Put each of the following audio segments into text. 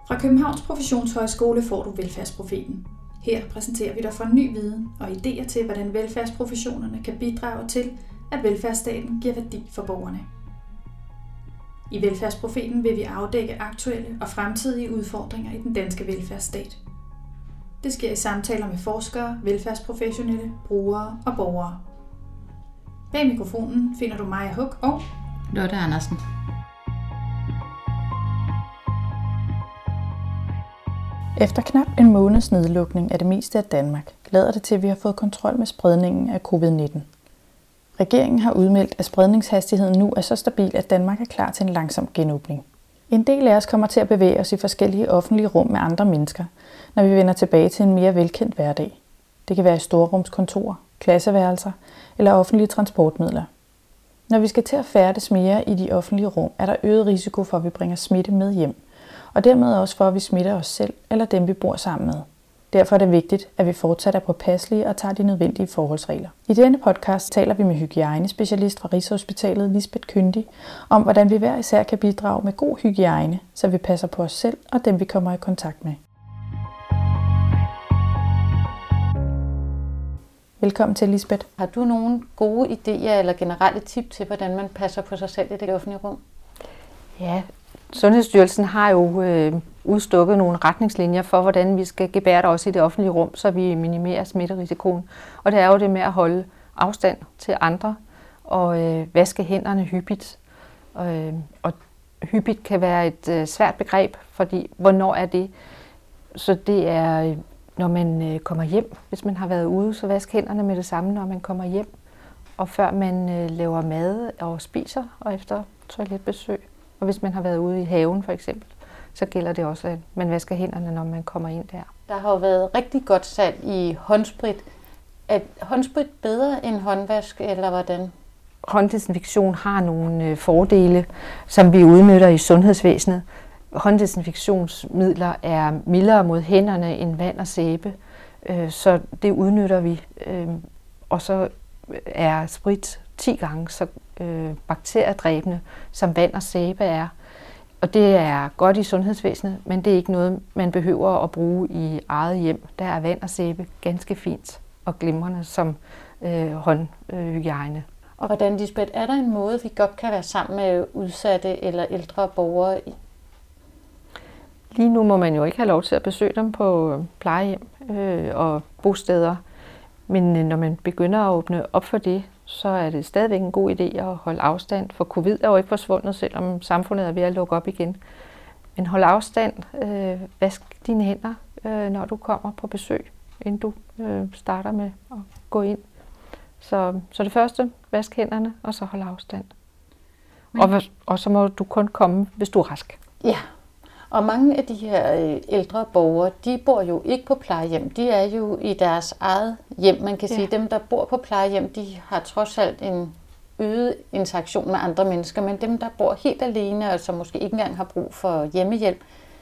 Fra Københavns Professionshøjskole får du Velfærdsprofeten. Her præsenterer vi dig for ny viden og idéer til, hvordan velfærdsprofessionerne kan bidrage til, at velfærdsstaten giver værdi for borgerne. I Velfærdsprofeten vil vi afdække aktuelle og fremtidige udfordringer i den danske velfærdsstat. Det sker i samtaler med forskere, velfærdsprofessionelle, brugere og borgere. Bag mikrofonen finder du Maja Huk og Lotte Andersen. Efter knap en måneds nedlukning af det meste af Danmark, lader det til, at vi har fået kontrol med spredningen af covid-19. Regeringen har udmeldt, at spredningshastigheden nu er så stabil, at Danmark er klar til en langsom genåbning. En del af os kommer til at bevæge os i forskellige offentlige rum med andre mennesker, når vi vender tilbage til en mere velkendt hverdag. Det kan være i storrumskontorer, klasseværelser eller offentlige transportmidler. Når vi skal til at færdes mere i de offentlige rum, er der øget risiko for, at vi bringer smitte med hjem, og dermed også for, at vi smitter os selv eller dem, vi bor sammen med. Derfor er det vigtigt, at vi fortsat er påpasselige og tager de nødvendige forholdsregler. I denne podcast taler vi med hygiejnespecialist fra Rigshospitalet, Lisbeth Kyndig, om hvordan vi hver især kan bidrage med god hygiejne, så vi passer på os selv og dem, vi kommer i kontakt med. Velkommen til, Lisbeth. Har du nogle gode idéer eller generelle tip til, hvordan man passer på sig selv i det offentlige rum? Ja, Sundhedsstyrelsen har jo udstukket nogle retningslinjer for, hvordan vi skal gebære os i det offentlige rum, så vi minimerer smitterisikoen. Og det er jo det med at holde afstand til andre og vaske hænderne hyppigt. Og hyppigt kan være et svært begreb, fordi hvornår er det? Så det er, når man kommer hjem. Hvis man har været ude, så vask hænderne med det samme, når man kommer hjem. Og før man laver mad og spiser, og efter toiletbesøg. Og hvis man har været ude i haven for eksempel, så gælder det også, at man vasker hænderne, når man kommer ind der. Der har jo været rigtig godt salg i håndsprit. Er håndsprit bedre end håndvask, eller hvordan? Hånddesinfektion har nogle fordele, som vi udnytter i sundhedsvæsenet. Hånddesinfektionsmidler er mildere mod hænderne end vand og sæbe, så det udnytter vi. Og så er sprit 10 gange så bakteriedræbende, som vand og sæbe er. Og det er godt i sundhedsvæsenet, men det er ikke noget, man behøver at bruge i eget hjem. Der er vand og sæbe ganske fint og glimrende som håndhygiejne. Og hvordan, Lisbeth, er der en måde, vi godt kan være sammen med udsatte eller ældre borgere i? Lige nu må man jo ikke have lov til at besøge dem på plejehjem og bosteder. Men når man begynder at åbne op for det, så er det stadigvæk en god idé at holde afstand. For covid er jo ikke forsvundet, selvom samfundet er ved at lukke op igen. Men hold afstand, vask dine hænder, når du kommer på besøg, inden du starter med at gå ind. Så det første, vask hænderne, og så hold afstand. Og så må du kun komme, hvis du er rask. Ja. Og mange af de her ældre borgere, de bor jo ikke på plejehjem. De er jo i deres eget hjem. Man kan sige, at dem, der bor på plejehjem, de har trods alt en øget interaktion med andre mennesker. Men dem, der bor helt alene, og som måske ikke engang har brug for hjemmehjælp,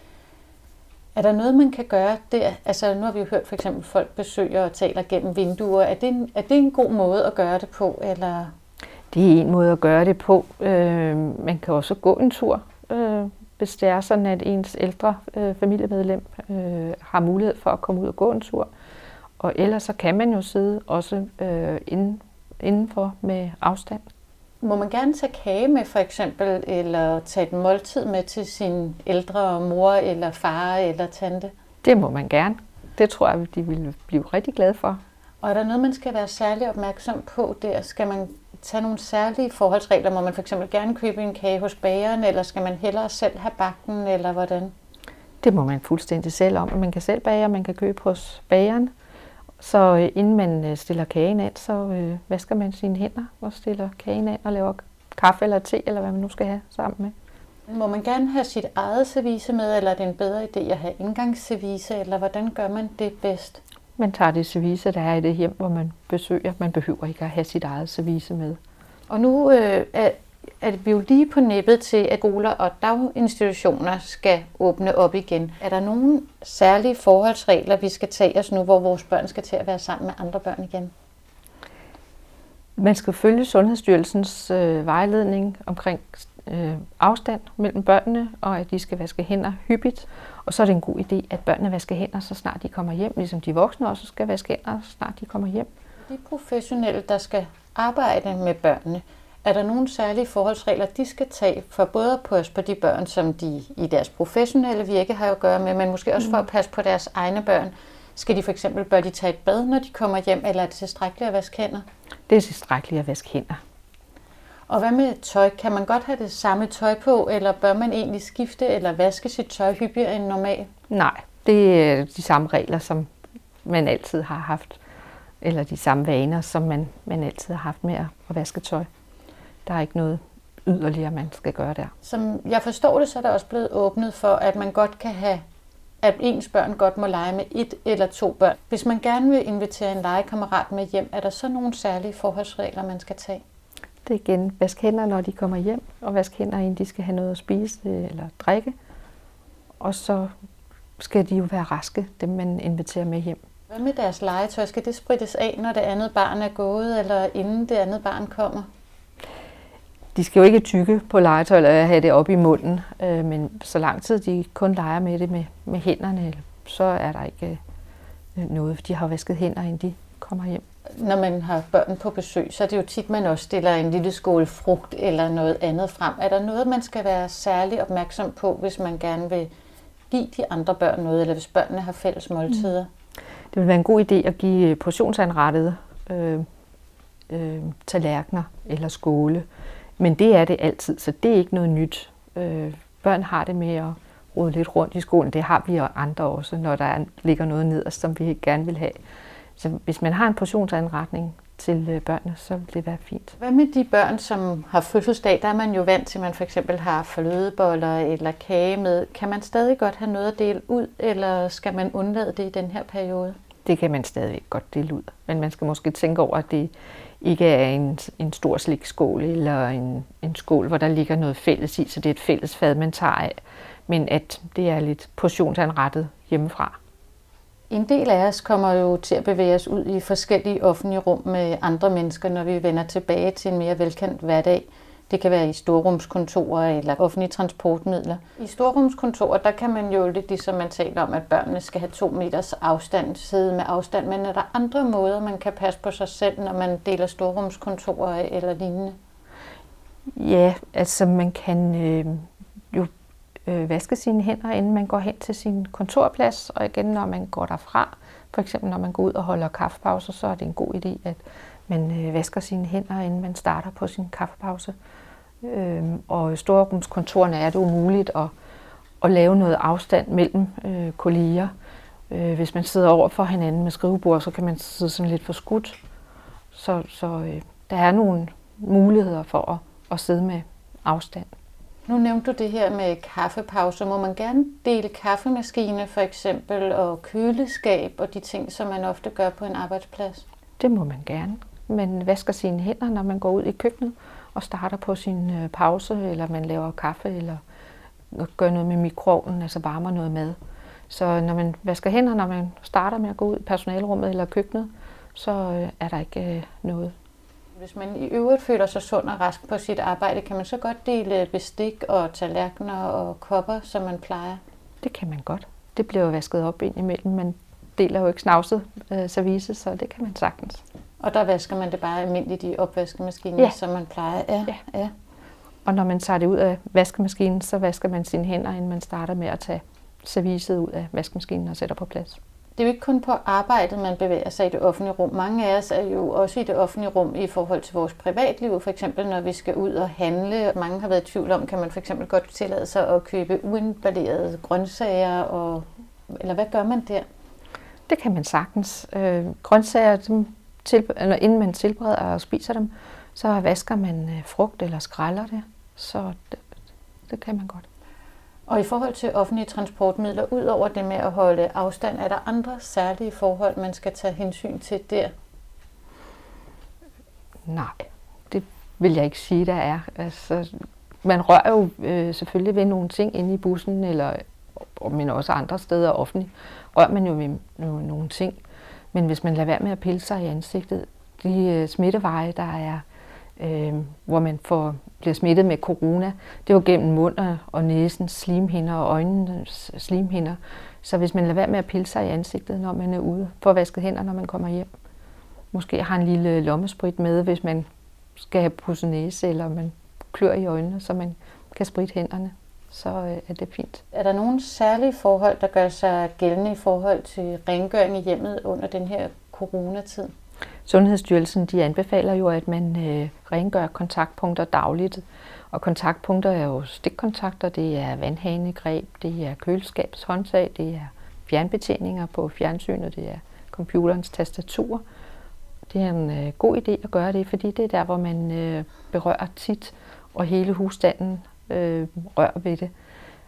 er der noget, man kan gøre der? Altså, nu har vi jo hørt for eksempel, folk besøger og taler gennem vinduer. Er det en god måde at gøre det på? Eller? Det er en måde at gøre det på. Man kan også gå en tur. Hvis det er sådan, at ens ældre familiemedlem har mulighed for at komme ud og gå en tur. Og ellers så kan man jo sidde også indenfor med afstand. Må man gerne tage kage med for eksempel, eller tage et måltid med til sin ældre mor, eller far, eller tante? Det må man gerne. Det tror jeg, de vil blive rigtig glade for. Og er der noget, man skal være særlig opmærksom på der? Skal man tage nogle særlige forholdsregler? Må man for eksempel gerne købe en kage hos bageren, eller skal man hellere selv have bakken, eller hvordan? Det må man fuldstændig selv om. Man kan selv bage, og man kan købe hos bageren. Så inden man stiller kagen ind, så vasker man sine hænder og stiller kagen ind og laver kaffe eller te, eller hvad man nu skal have sammen med. Må man gerne have sit eget service med, eller er det en bedre idé at have indgangsservice, eller hvordan gør man det bedst? Man tager det service, der er i det hjem, hvor man besøger. Man behøver ikke at have sit eget service med. Og nu er vi jo lige på nippet til, at skoler og daginstitutioner skal åbne op igen. Er der nogle særlige forholdsregler, vi skal tage os nu, hvor vores børn skal til at være sammen med andre børn igen? Man skal følge Sundhedsstyrelsens vejledning omkring afstand mellem børnene, og at de skal vaske hænder hyppigt. Og så er det en god idé, at børnene vasker hænder, så snart de kommer hjem, ligesom de voksne også skal vaske hænder, så snart de kommer hjem. De professionelle, der skal arbejde med børnene, er der nogle særlige forholdsregler, de skal tage for både at passe på de børn, som de i deres professionelle virke har at gøre med, men måske også for at passe på deres egne børn? Skal de for eksempel, bør de tage et bad, når de kommer hjem, eller er det tilstrækkeligt at vaske hænder? Det er tilstrækkeligt at vaske hænder. Og hvad med tøj? Kan man godt have det samme tøj på, eller bør man egentlig skifte eller vaske sit tøj hyppigere end normalt? Nej, det er de samme regler, som man altid har haft, eller de samme vaner, som man altid har haft med at vaske tøj. Der er ikke noget yderligere, man skal gøre der. Som jeg forstår det, så er der også blevet åbnet for, at man godt kan have, at ens børn godt må lege med 1 eller 2 børn. Hvis man gerne vil invitere en legekammerat med hjem, er der så nogle særlige forholdsregler, man skal tage? Det er igen, vask hænder, når de kommer hjem, og vask hænder, inden de skal have noget at spise eller drikke. Og så skal de jo være raske, dem man inviterer med hjem. Hvad med deres legetøj? Skal det sprittes af, når det andet barn er gået, eller inden det andet barn kommer? De skal jo ikke tykke på legetøj eller have det op i munden, men så lang tid de kun leger med det med hænderne, så er der ikke noget. De har vasket hænder, inden de kommer hjem. Når man har børn på besøg, så er det jo tit, man også stiller en lille skål frugt eller noget andet frem. Er der noget, man skal være særlig opmærksom på, hvis man gerne vil give de andre børn noget, eller hvis børnene har fælles måltider? Det vil være en god idé at give portionsanrettede tallerkener eller skåle. Men det er det altid, så det er ikke noget nyt. Børn har det med at rode lidt rundt i skålen. Det har vi og andre også, når der ligger noget nederst, som vi gerne vil have. Så hvis man har en portionsanretning til børnene, så vil det være fint. Hvad med de børn, som har fødselsdag? Der er man jo vant til, at man for eksempel har flødeboller eller kage med. Kan man stadig godt have noget at dele ud, eller skal man undlade det i den her periode? Det kan man stadig godt dele ud, men man skal måske tænke over, at det ikke er en stor slikskål eller en skål, hvor der ligger noget fælles i, så det er et fælles fad, man tager af, men at det er lidt portionsanrettet hjemmefra. En del af os kommer jo til at bevæge os ud i forskellige offentlige rum med andre mennesker, når vi vender tilbage til en mere velkendt hverdag. Det kan være i storrumskontorer eller offentlige transportmidler. I storrumskontorer, der kan man jo lidt ligesom man taler om, at børnene skal have 2 meters afstand, sidde med afstand. Men er der andre måder, man kan passe på sig selv, når man deler storrumskontorer eller lignende? Ja, altså man kan vaske sine hænder, inden man går hen til sin kontorplads, og igen, når man går derfra. For eksempel, når man går ud og holder kaffepauser, så er det en god idé, at man vasker sine hænder, inden man starter på sin kaffepause. Og i storrumskontorerne er det umuligt at lave noget afstand mellem kolleger. Hvis man sidder over for hinanden med skrivebord, så kan man sidde sådan lidt forskudt. Så der er nogle muligheder for at sidde med afstand. Nu nævnte du det her med kaffepauser. Må man gerne dele kaffemaskine for eksempel, og køleskab og de ting, som man ofte gør på en arbejdsplads? Det må man gerne. Man vasker sine hænder, når man går ud i køkkenet og starter på sin pause, eller man laver kaffe, eller gør noget med mikroovnen, altså varmer noget mad. Så når man vasker hænder, når man starter med at gå ud i personalerummet eller køkkenet, så er der ikke noget. Hvis man i øvrigt føler sig sund og rask på sit arbejde, kan man så godt dele bestik og tallerkener og kopper, som man plejer? Det kan man godt. Det bliver jo vasket op ind imellem. Man deler jo ikke snavset service, så det kan man sagtens. Og der vasker man det bare almindeligt i opvaskemaskinen, ja, som man plejer? Ja. Og når man tager det ud af vaskemaskinen, så vasker man sine hænder, inden man starter med at tage servicet ud af vaskemaskinen og sætter på plads. Det er jo ikke kun på arbejdet, man bevæger sig i det offentlige rum. Mange af os er jo også i det offentlige rum i forhold til vores privatliv. For eksempel når vi skal ud og handle. Mange har været i tvivl om, kan man for eksempel godt tillade sig at købe uindballerede grøntsager? Eller hvad gør man der? Det kan man sagtens. Grøntsager, inden man tilbereder og spiser dem, så vasker man frugt eller skræller det. Så det kan man godt. Og i forhold til offentlige transportmidler, ud over det med at holde afstand, er der andre særlige forhold, man skal tage hensyn til der? Nej, det vil jeg ikke sige, der er. Altså, man rører jo selvfølgelig ved nogle ting inde i bussen, men også andre steder offentligt. Rører man jo ved nogle ting. Men hvis man lader være med at pille sig i ansigtet, de smitteveje, der er, hvor man får bliver smittet med corona, det er jo gennem mund og næsens slimhinder og øjnenes slimhinder. Så hvis man lader være med at pille sig i ansigtet, når man er ude, for at vaske hænder, når man kommer hjem. Måske har en lille lommesprit med, hvis man skal have pudset næse, eller man klør i øjnene, så man kan spritte hænderne. Så er det fint. Er der nogle særlige forhold, der gør sig gældende i forhold til rengøring i hjemmet under den her coronatid? Sundhedsstyrelsen de anbefaler jo, at man rengør kontaktpunkter dagligt. Og kontaktpunkter er jo stikkontakter, det er vandhanegreb, det er køleskabets håndtag, det er fjernbetjeninger på fjernsynet, det er computerens tastatur. Det er en god idé at gøre det, fordi det er der, hvor man berører tit, og hele husstanden rører ved det.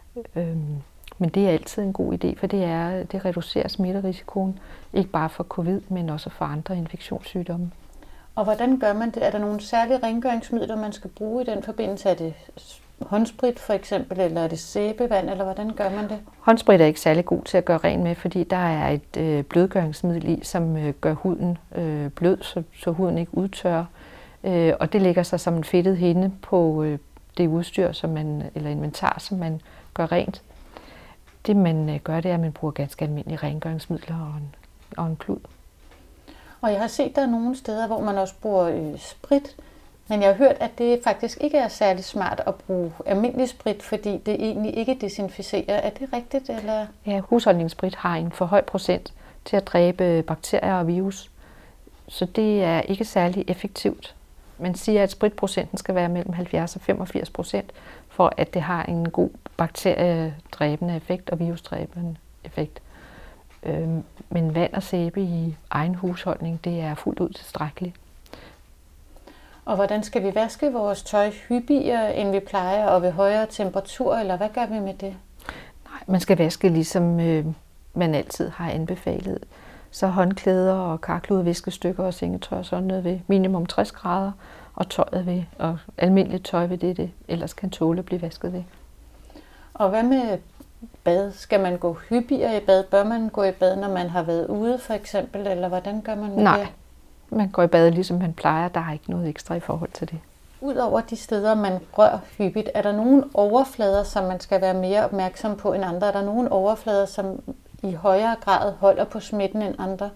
Men det er altid en god idé, for det reducerer smitterisikoen, ikke bare for covid, men også for andre infektionssygdomme. Og hvordan gør man det? Er der nogle særlige rengøringsmidler, man skal bruge i den forbindelse? Er det håndsprit for eksempel, eller er det sæbevand, eller hvordan gør man det? Håndsprit er ikke særlig god til at gøre ren med, fordi der er et blødgøringsmiddel i, som gør huden blød, så huden ikke udtørrer. Og det lægger sig som en fedtet hinde på det udstyr, eller inventar, som man gør rent. Det man gør, det er, at man bruger ganske almindelige rengøringsmidler og en klud. Og jeg har set, der er nogle steder, hvor man også bruger sprit, men jeg har hørt, at det faktisk ikke er særlig smart at bruge almindelig sprit, fordi det egentlig ikke desinficerer. Er det rigtigt? Eller? Ja, husholdningssprit har en for høj procent til at dræbe bakterier og virus, så det er ikke særlig effektivt. Man siger, at spritprocenten skal være mellem 70 og 85%, for at det har en god bakteriedræbende effekt og virusdræbende effekt. Men vand og sæbe i egen husholdning, det er fuldt ud tilstrækkeligt. Og hvordan skal vi vaske vores tøj hyppigere, end vi plejer, og ved højere temperatur, eller hvad gør vi med det? Nej, man skal vaske ligesom man altid har anbefalet. Så håndklæder og karkludede viskestykker og sengetøj sådan noget ved minimum 60 grader, og tøjet ved, og almindeligt tøj ved det ellers kan tåle at blive vasket ved. Og hvad med bad? Skal man gå hyppigere i bad? Bør man gå i bad, når man har været ude for eksempel, eller hvordan gør man med Nej, det? Man går i bad ligesom man plejer. Der er ikke noget ekstra i forhold til det. Udover de steder, man rører hyppigt, er der nogle overflader, som man skal være mere opmærksom på end andre? Er der nogle overflader, som i højere grad holder på smitten end andre?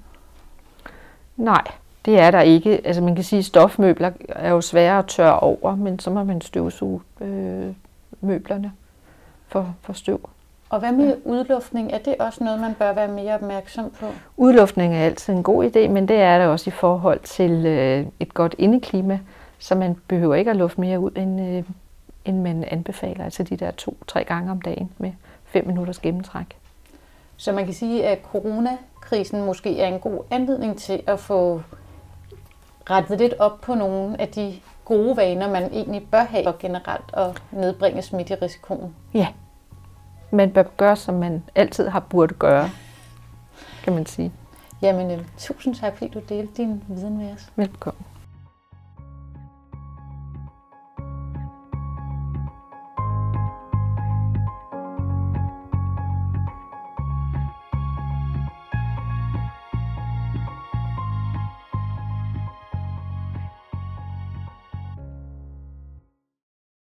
Nej, det er der ikke. Altså man kan sige, at stofmøbler er jo svære at tørre over, men så må man støvsuge møblerne for støv. Og hvad med udluftning? Er det også noget, man bør være mere opmærksom på? Udluftning er altid en god idé, men det er der også i forhold til et godt indeklima, så man behøver ikke at lufte mere ud, end man anbefaler. Altså de der 2-3 gange om dagen med 5 minutters gennemtræk. Så man kan sige, at coronakrisen måske er en god anledning til at få rettet lidt op på nogle af de gode vaner, man egentlig bør have for generelt at nedbringe smitterisikoen. Ja, man bør gøre, som man altid har burde gøre, kan man sige. Jamen, tusind tak, fordi du delte din viden med os. Velkommen.